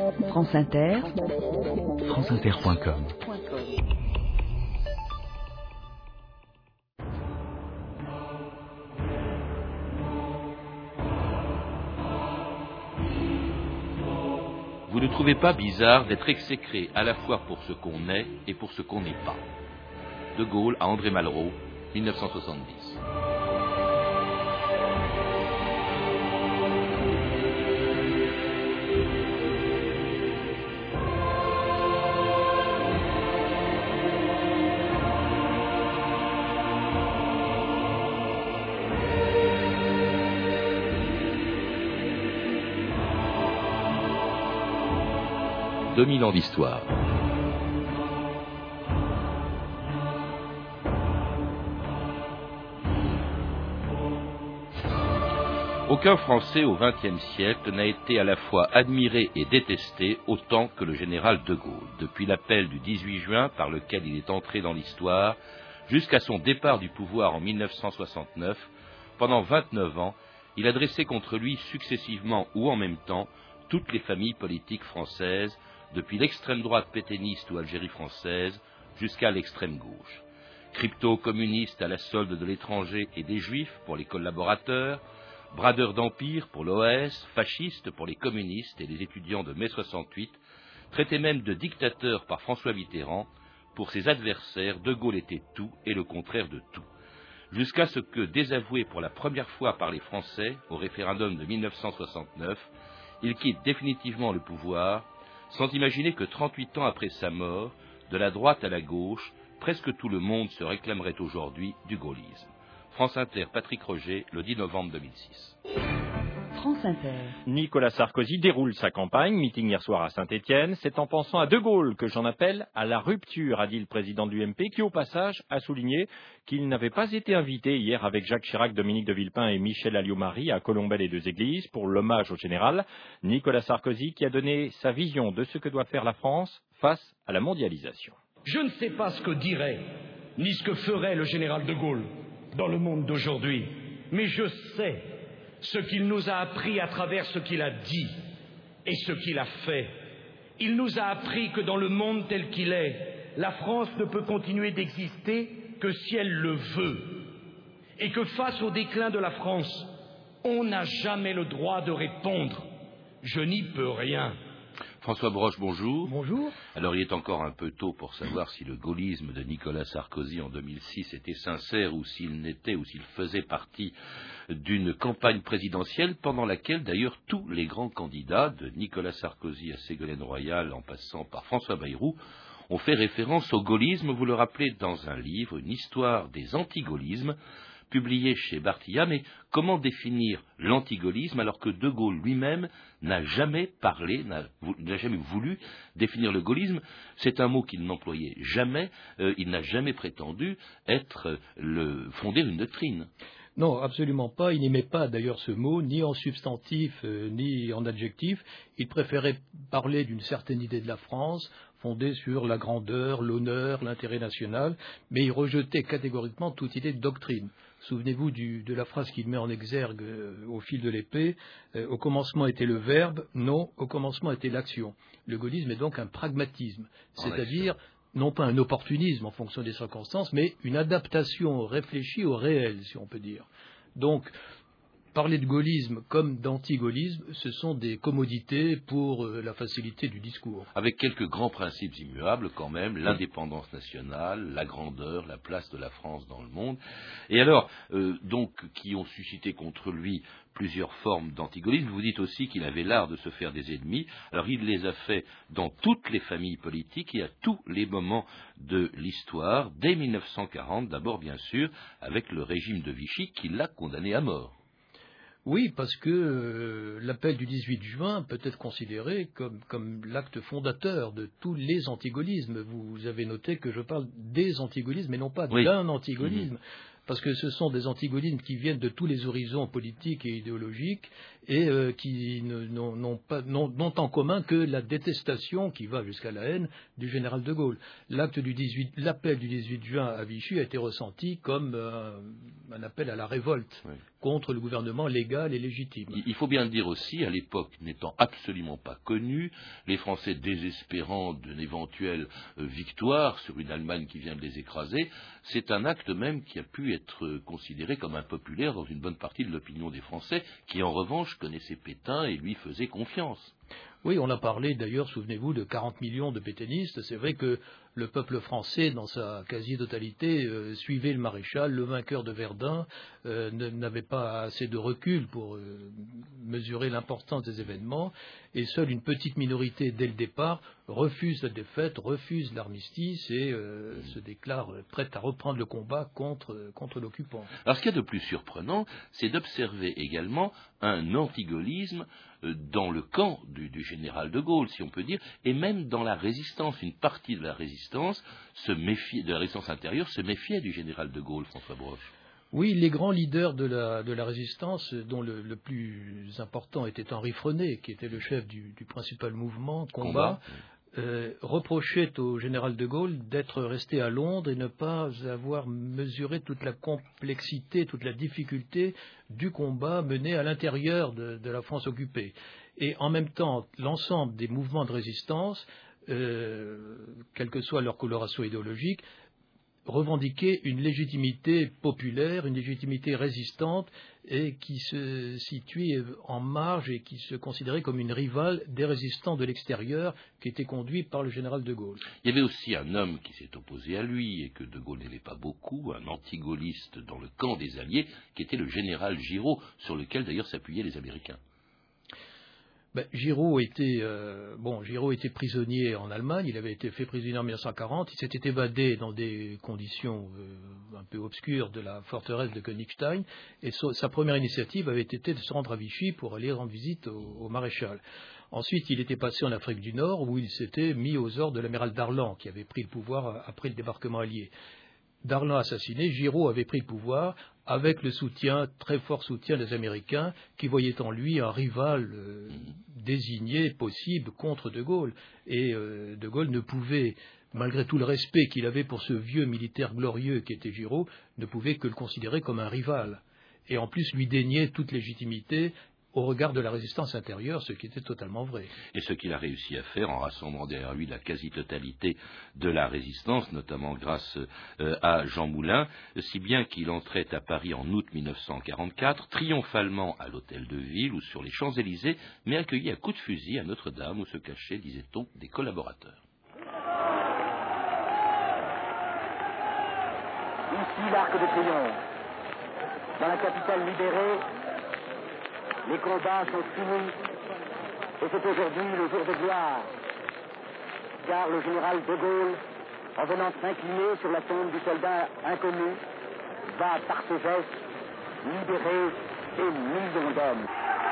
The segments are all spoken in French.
France Inter, franceinter.com. Vous ne trouvez pas bizarre d'être exécré à la fois pour ce qu'on est et pour ce qu'on n'est pas? De Gaulle à André Malraux, 1970. « 2000 ans d'histoire. Aucun Français au XXe siècle n'a été à la fois admiré et détesté autant que le général de Gaulle, depuis l'appel du 18 juin par lequel il est entré dans l'histoire, jusqu'à son départ du pouvoir en 1969. Pendant 29 ans, il a dressé contre lui successivement ou en même temps toutes les familles politiques françaises, depuis l'extrême droite pétainiste ou Algérie française jusqu'à l'extrême gauche. Crypto-communiste à la solde de l'étranger et des juifs pour les collaborateurs, bradeur d'empire pour l'OAS, fasciste pour les communistes et les étudiants de mai 68, traité même de dictateur par François Mitterrand, pour ses adversaires, De Gaulle était tout et le contraire de tout. Jusqu'à ce que, désavoué pour la première fois par les Français au référendum de 1969, il quitte définitivement le pouvoir, sans imaginer que 38 ans après sa mort, de la droite à la gauche, presque tout le monde se réclamerait aujourd'hui du gaullisme. France Inter, Patrick Roger, le 10 novembre 2006. France Inter. Nicolas Sarkozy déroule sa campagne, meeting hier soir à Saint-Étienne. C'est en pensant à De Gaulle que j'en appelle à la rupture, a dit le président de l'UMP, qui au passage a souligné qu'il n'avait pas été invité hier avec Jacques Chirac, Dominique de Villepin et Michel Alliot-Marie à Colombelles-les-Deux-Églises pour l'hommage au général. Nicolas Sarkozy qui a donné sa vision de ce que doit faire la France face à la mondialisation. Je ne sais pas ce que dirait ni ce que ferait le général de Gaulle dans le monde d'aujourd'hui, mais je sais ce qu'il nous a appris à travers ce qu'il a dit et ce qu'il a fait. Il nous a appris que dans le monde tel qu'il est, la France ne peut continuer d'exister que si elle le veut, et que face au déclin de la France, on n'a jamais le droit de répondre « je n'y peux rien ». François Broche, bonjour. Bonjour. Alors, il est encore un peu tôt pour savoir si le gaullisme de Nicolas Sarkozy en 2006 était sincère ou s'il n'était ou s'il faisait partie d'une campagne présidentielle pendant laquelle, d'ailleurs, tous les grands candidats, de Nicolas Sarkozy à Ségolène Royal en passant par François Bayrou, ont fait référence au gaullisme. Vous le rappelez dans un livre, une histoire des antigaullismes, publié chez Bartilla. Mais comment définir l'antigaullisme alors que De Gaulle lui-même n'a jamais parlé, n'a jamais voulu définir le gaullisme? C'est un mot qu'il n'employait jamais. Il n'a jamais prétendu fonder une doctrine. Non, absolument pas. Il n'aimait pas d'ailleurs ce mot, ni en substantif, ni en adjectif. Il préférait parler d'une certaine idée de la France, fondée sur la grandeur, l'honneur, l'intérêt national, mais il rejetait catégoriquement toute idée de doctrine. Souvenez-vous de la phrase qu'il met en exergue au fil de l'épée. Au commencement était le verbe, non, au commencement était l'action. Le gaullisme est donc un pragmatisme, c'est-à-dire non pas un opportunisme en fonction des circonstances, mais une adaptation réfléchie au réel, si on peut dire. Donc, parler de gaullisme comme d'anti-gaullisme, ce sont des commodités pour la facilité du discours. Avec quelques grands principes immuables quand même, l'indépendance nationale, la grandeur, la place de la France dans le monde. Et alors, donc, qui ont suscité contre lui plusieurs formes d'antigaullisme. Vous dites aussi qu'il avait l'art de se faire des ennemis. Alors, il les a fait dans toutes les familles politiques et à tous les moments de l'histoire, dès 1940, d'abord, bien sûr, avec le régime de Vichy qui l'a condamné à mort. Oui, parce que l'appel du 18 juin peut être considéré comme l'acte fondateur de tous les antigaullismes. Vous avez noté que je parle des antigaullismes et non pas d'un antigaullisme. Parce que ce sont des antigaullismes qui viennent de tous les horizons politiques et idéologiques et qui n'ont en commun que la détestation qui va jusqu'à la haine du général de Gaulle. L'appel du 18 juin à Vichy a été ressenti comme un appel à la révolte contre le gouvernement légal et légitime. Il faut bien le dire aussi, à l'époque n'étant absolument pas connu, les Français désespérant d'une éventuelle victoire sur une Allemagne qui vient de les écraser, c'est un acte même qui a pu être considéré comme impopulaire dans une bonne partie de l'opinion des Français, qui en revanche connaissaient Pétain et lui faisaient confiance. Oui, on a parlé d'ailleurs, souvenez-vous, de 40 millions de pétainistes. C'est vrai que le peuple français, dans sa quasi-totalité, suivait le maréchal, le vainqueur de Verdun, n'avait pas assez de recul pour mesurer l'importance des événements, et seule une petite minorité, dès le départ, refuse la défaite, refuse l'armistice et se déclare prête à reprendre le combat contre l'occupant. Alors ce qu'il y a de plus surprenant, c'est d'observer également un antigaullisme dans le camp du général de Gaulle, si on peut dire, et même dans la résistance. Une partie de la résistance de la résistance intérieure se méfiait du général de Gaulle, François Broche. Oui, les grands leaders de la résistance, dont le plus important était Henri Frenay, qui était le chef du principal mouvement, Combat. Reprochait au général de Gaulle d'être resté à Londres et ne pas avoir mesuré toute la complexité, toute la difficulté du combat mené à l'intérieur de la France occupée. Et en même temps, l'ensemble des mouvements de résistance, quelle que soit leur coloration idéologique, revendiquaient une légitimité populaire, une légitimité résistante et qui se situait en marge et qui se considérait comme une rivale des résistants de l'extérieur qui étaient conduits par le général de Gaulle. Il y avait aussi un homme qui s'est opposé à lui et que de Gaulle n'aimait pas beaucoup, un anti-gaulliste dans le camp des Alliés, qui était le général Giraud, sur lequel d'ailleurs s'appuyaient les Américains. Giraud était prisonnier en Allemagne, il avait été fait prisonnier en 1940, il s'était évadé dans des conditions un peu obscures de la forteresse de Königstein, et sa première initiative avait été de se rendre à Vichy pour aller rendre visite au maréchal. Ensuite, il était passé en Afrique du Nord, où il s'était mis aux ordres de l'amiral Darlan, qui avait pris le pouvoir après le débarquement allié. Darlan assassiné, Giraud avait pris le pouvoir avec le très fort soutien des Américains qui voyaient en lui un rival désigné possible contre de Gaulle. Et de Gaulle ne pouvait, malgré tout le respect qu'il avait pour ce vieux militaire glorieux qui était Giraud, ne pouvait que le considérer comme un rival. Et en plus lui dénier toute légitimité au regard de la résistance intérieure, ce qui était totalement vrai. Et ce qu'il a réussi à faire en rassemblant derrière lui la quasi-totalité de la résistance, notamment grâce à Jean Moulin, si bien qu'il entrait à Paris en août 1944, triomphalement à l'hôtel de ville ou sur les Champs-Élysées, mais accueilli à coups de fusil à Notre-Dame, où se cachaient, disait-on, des collaborateurs. Ici l'Arc de Triomphe. Dans la capitale libérée, les combats sont finis et c'est aujourd'hui le jour de gloire, car le général de Gaulle, en venant s'incliner sur la tombe du soldat inconnu, va par ce geste libérer des millions d'hommes.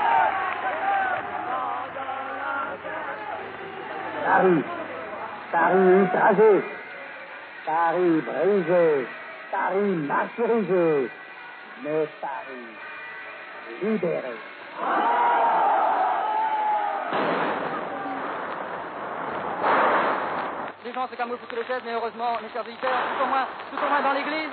Paris écrasé, Paris brisé, Paris martyrisé, mais Paris libéré. Les gens se camouflent sous les chaises, mais heureusement, mes chers auditeurs, tout au moins dans l'église,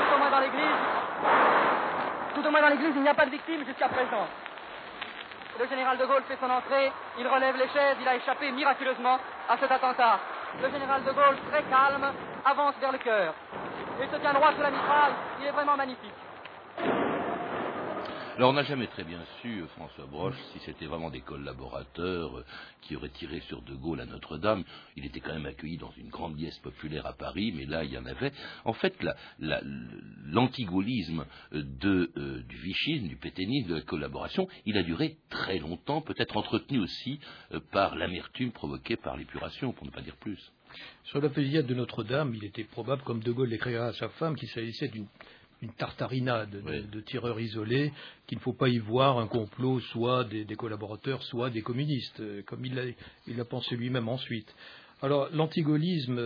il n'y a pas de victimes jusqu'à présent. Le général de Gaulle fait son entrée, il relève les chaises, il a échappé miraculeusement à cet attentat. Le général de Gaulle, très calme, avance vers le chœur. Il se tient droit sous la mitraille, il est vraiment magnifique. Alors on n'a jamais très bien su, François Broche, si c'était vraiment des collaborateurs qui auraient tiré sur de Gaulle à Notre-Dame. Il était quand même accueilli dans une grande liesse populaire à Paris, mais là il y en avait. En fait, l'antigaullisme du vichisme, du pétainisme, de la collaboration, il a duré très longtemps, peut-être entretenu aussi par l'amertume provoquée par l'épuration, pour ne pas dire plus. Sur la fusillade de Notre-Dame, il était probable, comme de Gaulle l'écrira à sa femme, qu'il s'agissait d'une tartarinade de tireurs isolés, qu'il ne faut pas y voir un complot soit des collaborateurs, soit des communistes, comme il l'a pensé lui-même ensuite. Alors, l'antigaullisme,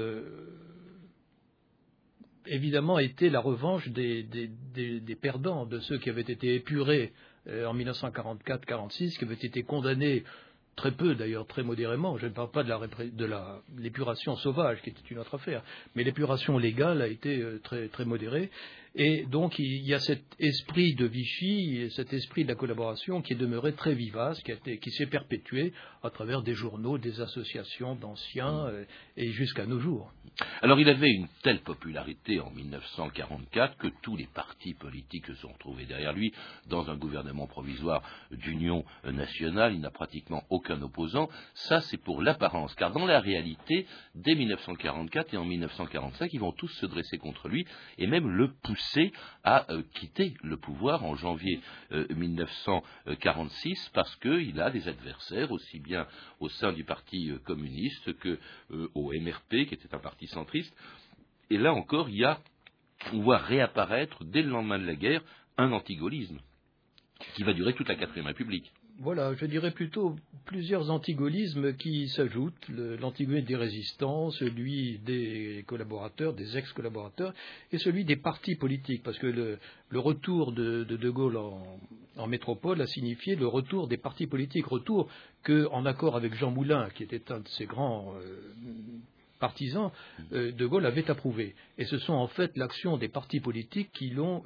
évidemment, était la revanche des perdants, de ceux qui avaient été épurés en 1944-46, qui avaient été condamnés très peu d'ailleurs, très modérément. Je ne parle pas de l'épuration sauvage, qui était une autre affaire, mais l'épuration légale a été très, très modérée. Et donc il y a cet esprit de Vichy, cet esprit de la collaboration qui est demeuré très vivace, qui s'est perpétué à travers des journaux, des associations d'anciens et jusqu'à nos jours. Alors il avait une telle popularité en 1944 que tous les partis politiques se sont retrouvés derrière lui dans un gouvernement provisoire d'union nationale. Il n'a pratiquement aucun opposant. Ça, c'est pour l'apparence, car dans la réalité, dès 1944 et en 1945, ils vont tous se dresser contre lui et même le pousser à quitter le pouvoir en janvier 1946 parce qu'il a des adversaires aussi bien au sein du Parti communiste que au MRP, qui était un parti centriste. Et là encore, on voit réapparaître dès le lendemain de la guerre un antigaullisme qui va durer toute la 4e République. Voilà, je dirais plutôt plusieurs antigaullismes qui s'ajoutent, l'antigaullisme des résistants, celui des collaborateurs, des ex-collaborateurs, et celui des partis politiques, parce que le retour de Gaulle en métropole a signifié le retour des partis politiques, retour que, en accord avec Jean Moulin, qui était un de ses grands partisans, De Gaulle avait approuvé. Et ce sont en fait l'action des partis politiques qui l'ont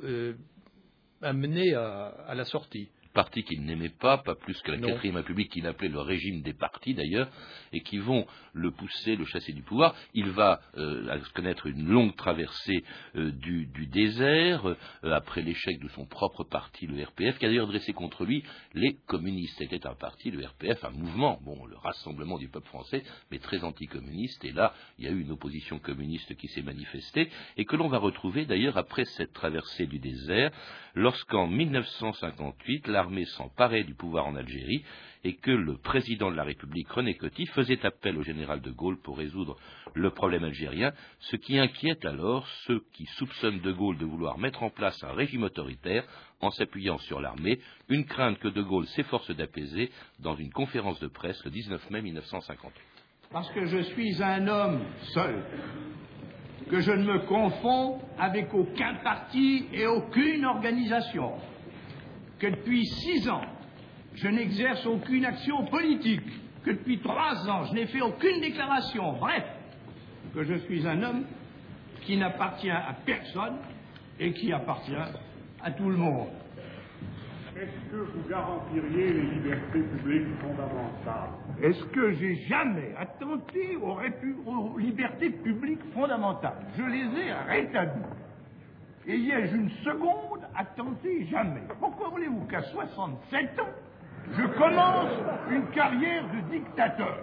amené à la sortie. Parti qu'il n'aimait pas plus que la 4e République, qu'il appelait le régime des partis d'ailleurs, et qui vont le pousser, le chasser du pouvoir. Il va connaître une longue traversée du désert, après l'échec de son propre parti, le RPF, qui a d'ailleurs dressé contre lui les communistes. C'était un parti, le RPF, un mouvement, le Rassemblement du peuple français, mais très anticommuniste, et là, il y a eu une opposition communiste qui s'est manifestée, et que l'on va retrouver d'ailleurs après cette traversée du désert, lorsqu'en 1958, l'armée s'emparait du pouvoir en Algérie et que le président de la République, René Coty, faisait appel au général de Gaulle pour résoudre le problème algérien, ce qui inquiète alors ceux qui soupçonnent de Gaulle de vouloir mettre en place un régime autoritaire en s'appuyant sur l'armée, une crainte que de Gaulle s'efforce d'apaiser dans une conférence de presse le 19 mai 1958. Parce que je suis un homme seul, que je ne me confonds avec aucun parti et aucune organisation, que depuis 6 ans, je n'exerce aucune action politique, que depuis 3 ans, je n'ai fait aucune déclaration, bref, que je suis un homme qui n'appartient à personne et qui appartient à tout le monde. Est-ce que vous garantiriez les libertés publiques fondamentales? Est-ce que j'ai jamais attenté aux libertés publiques fondamentales? Je les ai rétablies. Et y ai-je une seconde à tenter? Jamais. Pourquoi voulez-vous qu'à 67 ans, je commence une carrière de dictateur?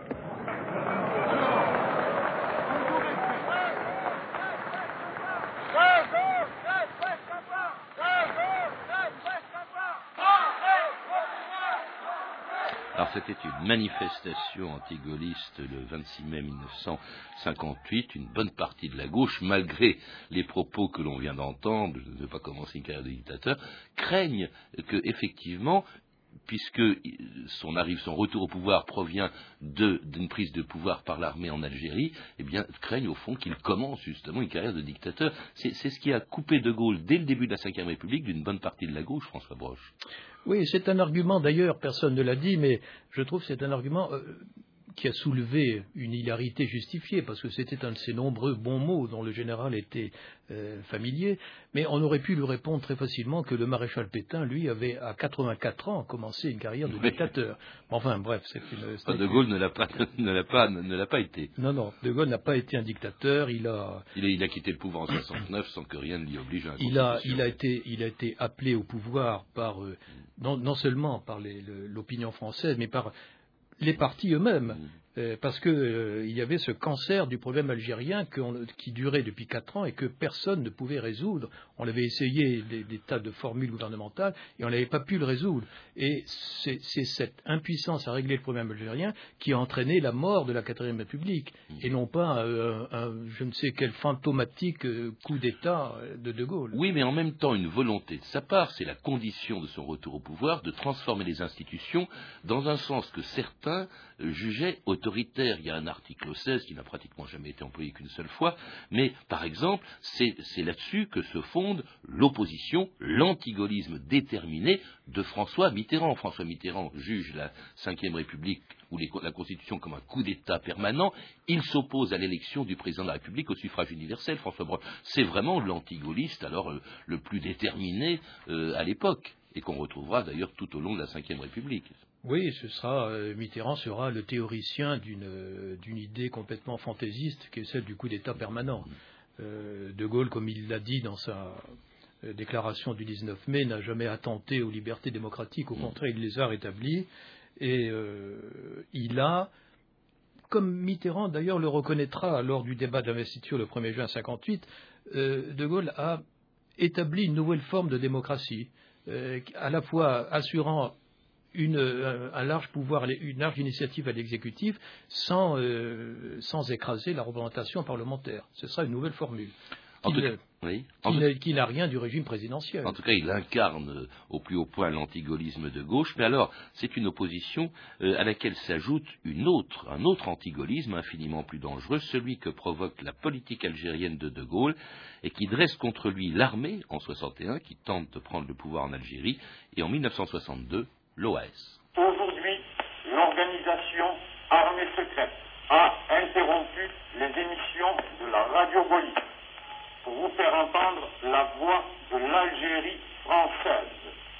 Alors c'était une manifestation anti-gaulliste le 26 mai 1958, une bonne partie de la gauche, malgré les propos que l'on vient d'entendre, je ne veux pas commencer une carrière de dictateur, craignent que effectivement, puisque son retour au pouvoir provient d'une prise de pouvoir par l'armée en Algérie, eh bien, craignent au fond qu'il commence justement une carrière de dictateur. C'est ce qui a coupé de Gaulle dès le début de la Ve République d'une bonne partie de la gauche, François Broche. Oui, c'est un argument d'ailleurs, personne ne l'a dit, mais je trouve que c'est un argument qui a soulevé une hilarité justifiée, parce que c'était un de ces nombreux bons mots dont le général était familier, mais on aurait pu lui répondre très facilement que le maréchal Pétain, lui, avait à 84 ans commencé une carrière de dictateur. Enfin, bref, c'est une... De Gaulle ne l'a pas été. Non, De Gaulle n'a pas été un dictateur, il a quitté le pouvoir en 69 sans que rien ne l'y oblige à il a été appelé au pouvoir par, non seulement par l'opinion française, mais par les partis eux-mêmes, parce que il y avait ce cancer du problème algérien qui durait depuis 4 ans et que personne ne pouvait résoudre. On avait essayé des tas de formules gouvernementales et on n'avait pas pu le résoudre. Et c'est cette impuissance à régler le problème algérien qui a entraîné la mort de la 4e République, et non pas je ne sais quel fantomatique coup d'État de Gaulle. Oui, mais en même temps une volonté de sa part, c'est la condition de son retour au pouvoir, de transformer les institutions dans un sens que certains jugeaient autoritaire. autoritaire. Il y a un article 16 qui n'a pratiquement jamais été employé qu'une seule fois, mais par exemple, c'est là-dessus que se fonde l'opposition, l'antigaullisme déterminé de François Mitterrand. François Mitterrand juge la Ve République ou la Constitution comme un coup d'État permanent. Il s'oppose à l'élection du président de la République au suffrage universel, François Broch. C'est vraiment l'antigaulliste alors le plus déterminé à l'époque, et qu'on retrouvera d'ailleurs tout au long de la Ve République. Oui, Mitterrand sera le théoricien d'une idée complètement fantaisiste qui est celle du coup d'État permanent. De Gaulle, comme il l'a dit dans sa déclaration du 19 mai, n'a jamais attenté aux libertés démocratiques, au contraire, il les a rétablies, et il a, comme Mitterrand d'ailleurs le reconnaîtra lors du débat d'investiture le 1er juin 1958, De Gaulle a établi une nouvelle forme de démocratie, à la fois assurant un large pouvoir, une large initiative à l'exécutif sans écraser la représentation parlementaire. Ce sera une nouvelle formule qui n'a rien du régime présidentiel. En tout cas, il incarne au plus haut point l'antigaullisme de gauche, mais alors c'est une opposition à laquelle s'ajoute un autre antigaullisme infiniment plus dangereux, celui que provoque la politique algérienne de Gaulle et qui dresse contre lui l'armée en 1961 qui tente de prendre le pouvoir en Algérie, et en 1962 l'OAS. Aujourd'hui, l'organisation Armée secrète a interrompu les émissions de la radio gaulliste pour vous faire entendre la voix de l'Algérie française.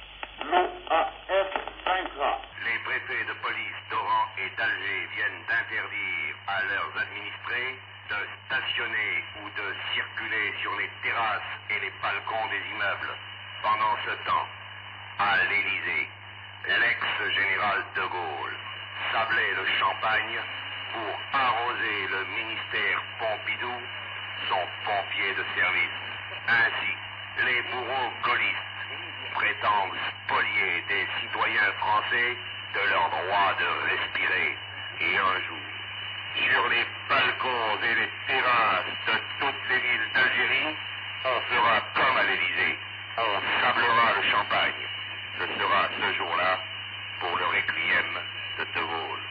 L'OAS vaincra. Les préfets de police d'Oran et d'Alger viennent d'interdire à leurs administrés de stationner ou de circuler sur les terrasses et les balcons des immeubles. Pendant ce temps, à l'Élysée, l'ex-général de Gaulle sablait le champagne pour arroser le ministère Pompidou, son pompier de service. Ainsi, les bourreaux gaullistes prétendent spolier des citoyens français de leur droit de respirer. Et un jour, sur les balcons et les terrasses de toutes les villes d'Algérie, on fera comme à l'Élysée. On sablera le champagne. Ce sera ce jour-là pour le requiem de De Gaulle.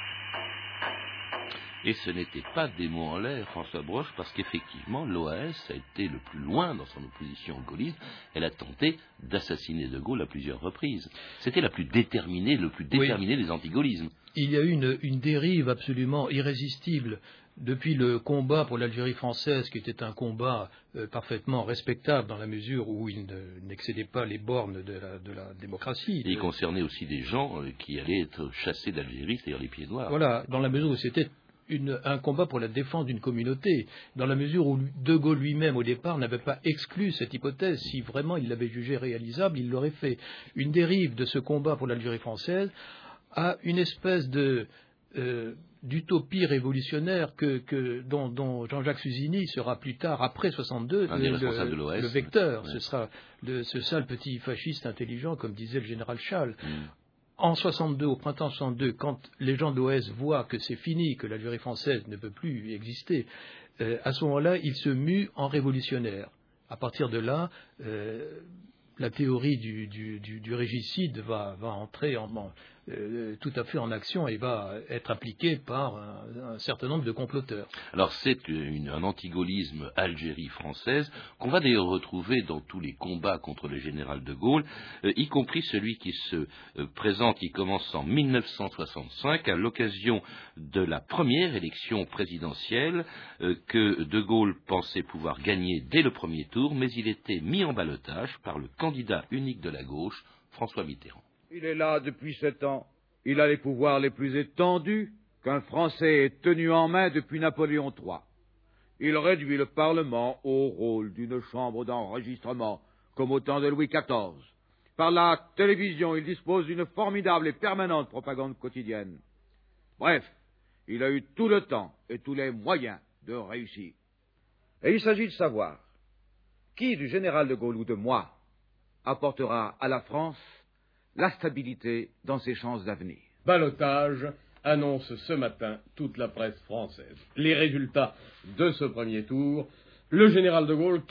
Et ce n'était pas des mots en l'air, François Broch, parce qu'effectivement, l'OAS a été le plus loin dans son opposition au gaullisme. Elle a tenté d'assassiner De Gaulle à plusieurs reprises. C'était le plus déterminé des antigaullismes. Il y a eu une dérive absolument irrésistible depuis le combat pour l'Algérie française, qui était un combat parfaitement respectable dans la mesure où il n'excédait pas les bornes de la démocratie. Et il concernait aussi des gens qui allaient être chassés d'Algérie, c'est-à-dire les pieds noirs. Voilà, dans la mesure où c'était un combat pour la défense d'une communauté, dans la mesure où De Gaulle lui-même, au départ, n'avait pas exclu cette hypothèse. Si vraiment il l'avait jugée réalisable, il l'aurait fait. Une dérive de ce combat pour l'Algérie française à une espèce d'utopie révolutionnaire dont Jean-Jacques Suzini sera plus tard, après 62, le vecteur. Ouais. Ce sera ce sale petit fasciste intelligent, comme disait le général Schall. En 62, au printemps 62, quand les gens de l'OAS voient que c'est fini, que l'Algérie française ne peut plus exister, à ce moment-là, ils se muent en révolutionnaires. À partir de là, la théorie du régicide va entrer tout à fait en action et va être appliquée par un certain nombre de comploteurs. Alors c'est un antigaullisme Algérie française qu'on va d'ailleurs retrouver dans tous les combats contre le général de Gaulle, y compris celui qui se présente, qui commence en 1965 à l'occasion de la première élection présidentielle que de Gaulle pensait pouvoir gagner dès le premier tour, mais il était mis en ballottage par le candidat unique de la gauche, François Mitterrand. Il est là depuis 7 ans. Il a les pouvoirs les plus étendus qu'un Français ait tenus en main depuis Napoléon III. Il réduit le Parlement au rôle d'une chambre d'enregistrement, comme au temps de Louis XIV. Par la télévision, il dispose d'une formidable et permanente propagande quotidienne. Bref, il a eu tout le temps et tous les moyens de réussir. Et il s'agit de savoir qui, du général de Gaulle ou de moi, apportera à la France la stabilité dans ses chances d'avenir. Ballotage annonce ce matin toute la presse française. Les résultats de ce premier tour: le général de Gaulle,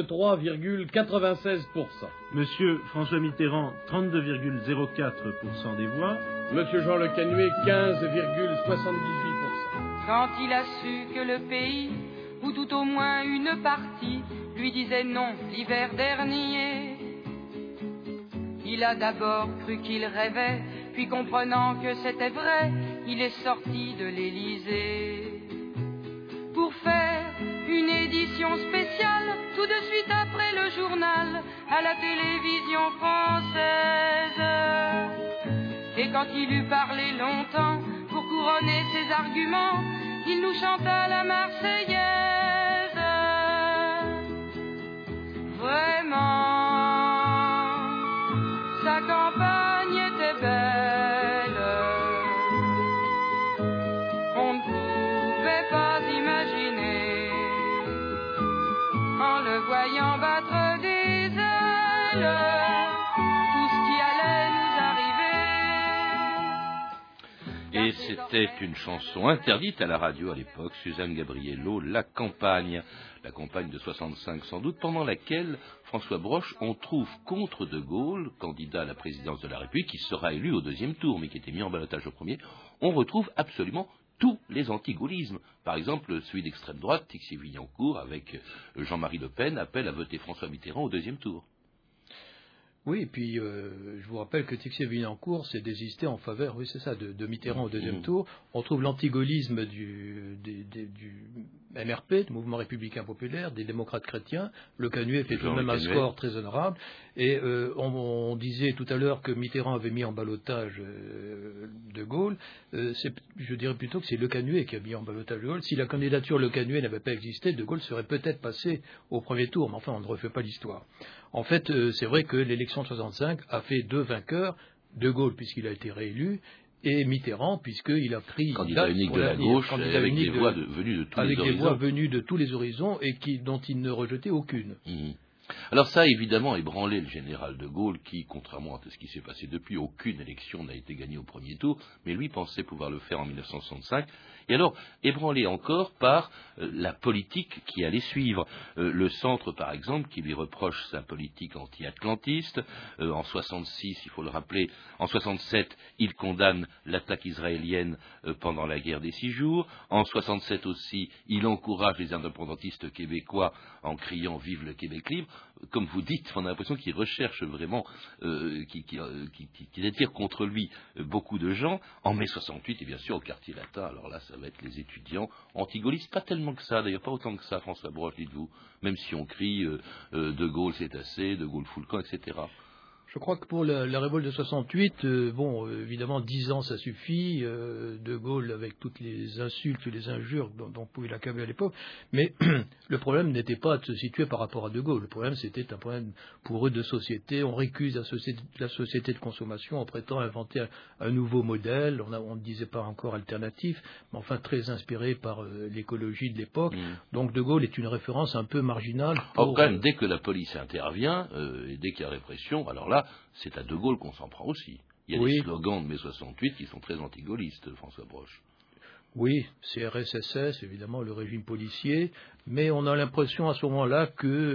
43,96%. Monsieur François Mitterrand, 32,04% des voix. Monsieur Jean Le Canuet, 15,78%. quand il a su que le pays, ou tout au moins une partie, lui disait non l'hiver dernier. Il a d'abord cru qu'il rêvait, puis comprenant que c'était vrai, il est sorti de l'Élysée pour faire une édition spéciale, tout de suite après le journal, à la télévision française. Et quand il eut parlé longtemps, pour couronner ses arguments, il nous chanta la Marseillaise. Vraiment, sa campagne était belle. On ne pouvait pas imaginer, en le voyant battre des ailes, tout ce qui allait nous arriver. Et c'était une chanson interdite à la radio à l'époque, Suzanne Gabriello, La campagne de 65 sans doute, pendant laquelle François Broche, on trouve contre De Gaulle, candidat à la présidence de la République, qui sera élu au deuxième tour, mais qui était mis en ballotage au premier, on retrouve absolument tous les anti-gaullismes. Par exemple, celui d'extrême droite, Tixier-Villancourt, avec Jean-Marie Le Pen, appelle à voter François Mitterrand au deuxième tour. Oui, et puis je vous rappelle que Tixier-Villancourt s'est désisté en faveur, oui c'est ça, de Mitterrand au deuxième tour. On trouve l'antigaullisme du MRP, du Mouvement Républicain Populaire, des démocrates chrétiens. Le Canuet fait tout de même un score très honorable. Et on disait tout à l'heure que Mitterrand avait mis en ballotage De Gaulle. Je dirais plutôt que c'est Le Canuet qui a mis en ballotage De Gaulle. Si la candidature Le Canuet n'avait pas existé, De Gaulle serait peut-être passé au premier tour. Mais enfin, on ne refait pas l'histoire. En fait, c'est vrai que l'élection de 65 a fait deux vainqueurs, De Gaulle puisqu'il a été réélu, et Mitterrand puisqu'il a pris candidat unique de la gauche, avec des voix venues de tous les horizons. Avec des voix venues de tous les horizons et dont il ne rejetait aucune. Alors ça a évidemment ébranlé le général de Gaulle qui, contrairement à ce qui s'est passé depuis, aucune élection n'a été gagnée au premier tour, mais lui pensait pouvoir le faire en 1965. Et alors, ébranlé encore par la politique qui allait suivre. Le centre, par exemple, qui lui reproche sa politique anti-atlantiste. En 66, il faut le rappeler, en 67, il condamne l'attaque israélienne pendant la guerre des 6 jours. En 67 aussi, il encourage les indépendantistes québécois en criant « Vive le Québec libre ». Comme vous dites, on a l'impression qu'il recherche vraiment, qu'il attire contre lui beaucoup de gens. En mai 68, et bien sûr au quartier latin, alors là, ça va être les étudiants anti-gaullistes, pas tellement que ça, d'ailleurs pas autant que ça, François Broche, dites-vous, même si on crie De Gaulle c'est assez, De Gaulle fout le camp, etc. Je crois que pour la révolte de 68, évidemment, 10 ans, ça suffit. De Gaulle, avec toutes les insultes et les injures dont on pouvait l'accabler à l'époque. Mais le problème n'était pas de se situer par rapport à De Gaulle. Le problème, c'était un problème pour eux de société. On récuse la société de consommation en prétendant inventer un nouveau modèle. On ne disait pas encore alternatif, mais enfin très inspiré par l'écologie de l'époque. Donc De Gaulle est une référence un peu marginale. Quand même, dès que la police intervient, et dès qu'il y a répression, alors là, c'est à De Gaulle qu'on s'en prend aussi. Il y a des slogans de mai 68 qui sont très anti-gaullistes, François Broche. Oui, CRS-SS, évidemment, le régime policier, mais on a l'impression à ce moment-là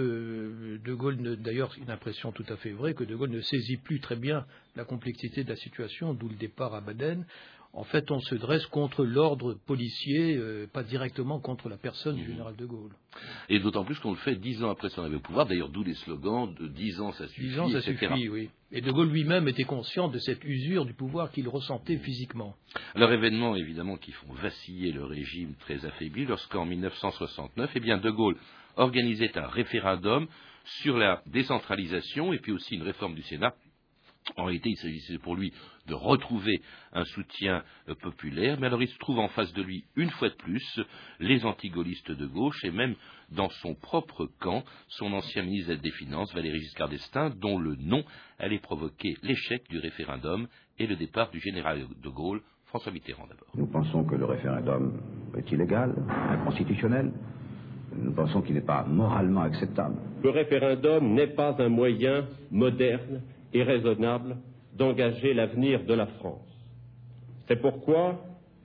que De Gaulle, d'ailleurs, une impression tout à fait vraie, que De Gaulle ne saisit plus très bien la complexité de la situation, d'où le départ à Baden. En fait, on se dresse contre l'ordre policier, pas directement contre la personne du général de Gaulle. Et d'autant plus qu'on le fait 10 ans après son arrivée au pouvoir, d'ailleurs d'où les slogans de 10 ans ça suffit, 10 ans ça etc. suffit, oui. Et de Gaulle lui-même était conscient de cette usure du pouvoir qu'il ressentait physiquement. Alors événements évidemment qui font vaciller le régime très affaibli lorsqu'en 1969, De Gaulle organisait un référendum sur la décentralisation et puis aussi une réforme du Sénat. En réalité, il s'agissait pour lui de retrouver un soutien populaire, mais alors il se trouve en face de lui, une fois de plus, les anti-gaullistes de gauche, et même dans son propre camp, son ancien ministre des Finances, Valéry Giscard d'Estaing, dont le nom allait provoquer l'échec du référendum et le départ du général de Gaulle, François Mitterrand d'abord. Nous pensons que le référendum est illégal, inconstitutionnel. Nous pensons qu'il n'est pas moralement acceptable. Le référendum n'est pas un moyen moderne et raisonnable d'engager l'avenir de la France. C'est pourquoi,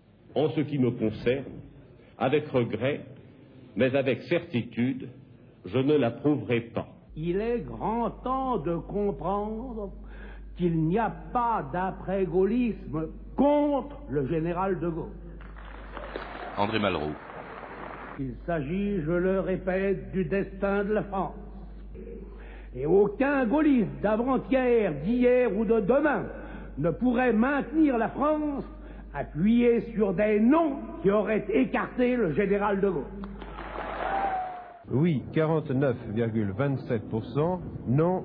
en ce qui me concerne, avec regret, mais avec certitude, je ne l'approuverai pas. Il est grand temps de comprendre qu'il n'y a pas d'après-gaullisme contre le général de Gaulle. André Malraux. Il s'agit, je le répète, du destin de la France. Et aucun gaulliste d'avant-hier, d'hier ou de demain ne pourrait maintenir la France appuyé sur des noms qui auraient écarté le général de Gaulle. Oui, 49,27%, non,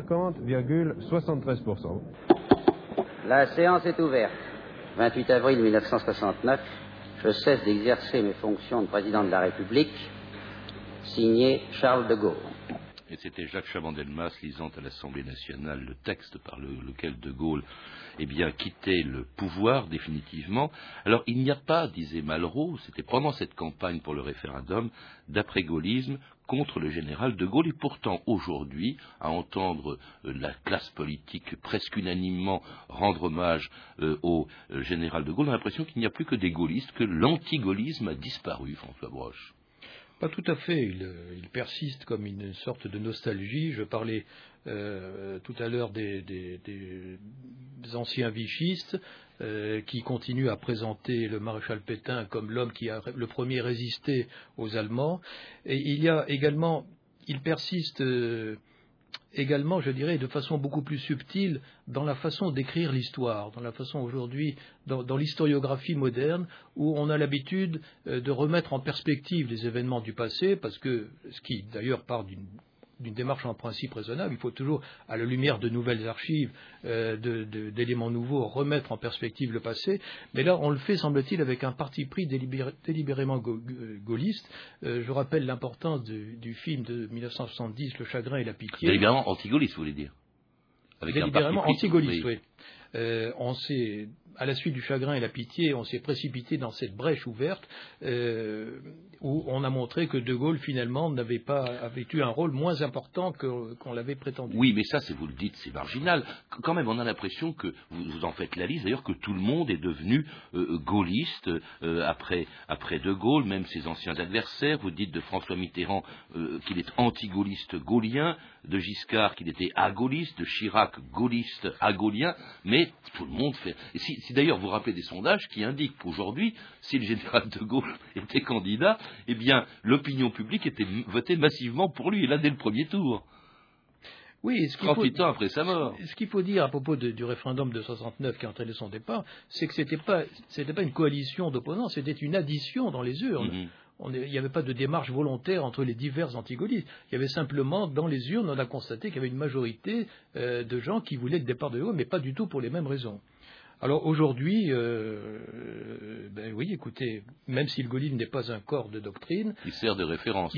50,73%. La séance est ouverte. 28 avril 1969, je cesse d'exercer mes fonctions de président de la République. Signé Charles de Gaulle. Et c'était Jacques Chaban-Delmas lisant à l'Assemblée nationale le texte par lequel de Gaulle quittait le pouvoir définitivement. Alors il n'y a pas, disait Malraux, c'était pendant cette campagne pour le référendum, d'après-gaullisme contre le général de Gaulle. Et pourtant, aujourd'hui, à entendre la classe politique presque unanimement rendre hommage au général de Gaulle, on a l'impression qu'il n'y a plus que des gaullistes, que l'anti-gaullisme a disparu, François Broche. Pas tout à fait. Il persiste comme une sorte de nostalgie. Je parlais tout à l'heure des anciens vichistes qui continuent à présenter le maréchal Pétain comme l'homme qui a le premier résisté aux Allemands. Et il persiste également, je dirais, de façon beaucoup plus subtile dans la façon d'écrire l'histoire, dans la façon aujourd'hui, dans l'historiographie moderne, où on a l'habitude de remettre en perspective les événements du passé, parce que, ce qui d'ailleurs part d'une démarche en principe raisonnable, il faut toujours, à la lumière de nouvelles archives, d'éléments nouveaux, remettre en perspective le passé. Mais là, on le fait, semble-t-il, avec un parti pris délibérément gaulliste. Je rappelle l'importance du film de 1970, Le chagrin et la pitié. Délibérément anti-gaulliste, vous voulez dire? Avec délibérément anti-gaulliste, oui. À la suite du chagrin et la pitié, on s'est précipité dans cette brèche ouverte où on a montré que De Gaulle, finalement, avait eu un rôle moins important qu'on l'avait prétendu. Oui, mais ça, vous le dites, c'est marginal. Quand même, on a l'impression que, vous en faites la liste, d'ailleurs, que tout le monde est devenu gaulliste après De Gaulle, même ses anciens adversaires. Vous dites de François Mitterrand qu'il est anti-gaulliste gaulien, de Giscard qu'il était agaulliste, de Chirac gaulliste agaulien, mais tout le monde fait... Si d'ailleurs vous rappelez des sondages qui indiquent qu'aujourd'hui, si le général de Gaulle était candidat, eh bien l'opinion publique votait massivement pour lui, et là dès le premier tour. Oui, 38 ans après sa mort. Ce qu'il faut dire à propos du référendum de 69 qui a entraîné son départ, c'est que c'était pas une coalition d'opposants, c'était une addition dans les urnes. Mm-hmm. Il n'y avait pas de démarche volontaire entre les divers antigaullistes. Il y avait simplement, dans les urnes, on a constaté qu'il y avait une majorité de gens qui voulaient le départ de Gaulle, mais pas du tout pour les mêmes raisons. Alors aujourd'hui, oui, écoutez, même si le gaullisme n'est pas un corps de doctrine, il sert de référence.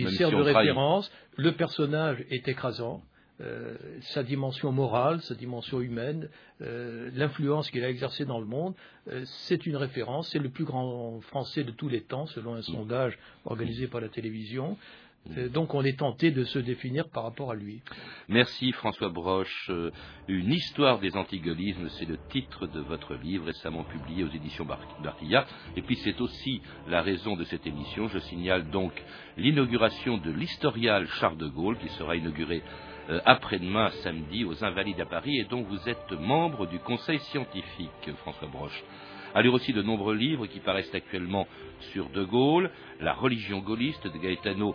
Le personnage est écrasant. Sa dimension morale, sa dimension humaine, l'influence qu'il a exercée dans le monde, c'est une référence, c'est le plus grand Français de tous les temps, selon un sondage organisé par la télévision. Donc on est tenté de se définir par rapport à lui. Merci François Broche. Une histoire des antigaullismes, c'est le titre de votre livre récemment publié aux éditions Barquilla. Et puis c'est aussi la raison de cette émission. Je signale donc l'inauguration de l'historial Charles de Gaulle qui sera inauguré après-demain, samedi, aux Invalides à Paris, et dont vous êtes membre du conseil scientifique, François Broche. À lire aussi de nombreux livres qui paraissent actuellement sur De Gaulle, La religion gaulliste de Gaetano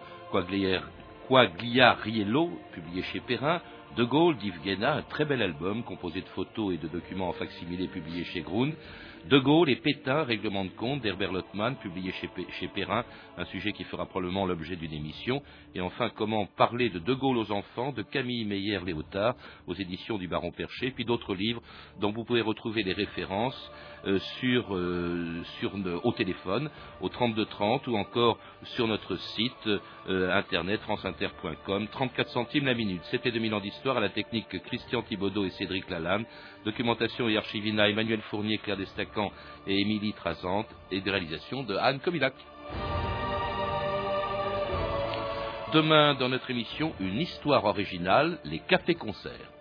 Quagliariello, publié chez Perrin, De Gaulle d'Yves Guéna, un très bel album composé de photos et de documents en fac-similé publié chez Grund, De Gaulle et Pétain, règlement de compte d'Herbert Lottmann, publié chez Perrin, un sujet qui fera probablement l'objet d'une émission. Et enfin, Comment parler de Gaulle aux enfants, de Camille Meyer-Léotard, aux éditions du Baron Percher, puis d'autres livres dont vous pouvez retrouver les références au téléphone, au 3230, ou encore sur notre site internet franceinter.com, 34 centimes la minute. C'était 2000 ans d'histoire, à la technique Christian Thibaudot et Cédric Lalanne, documentation et archivina Emmanuel Fournier, Claire Destacan et Émilie Trasante, et de réalisation de Anne Comilac. Demain, dans notre émission, une histoire originale, les cafés-concerts.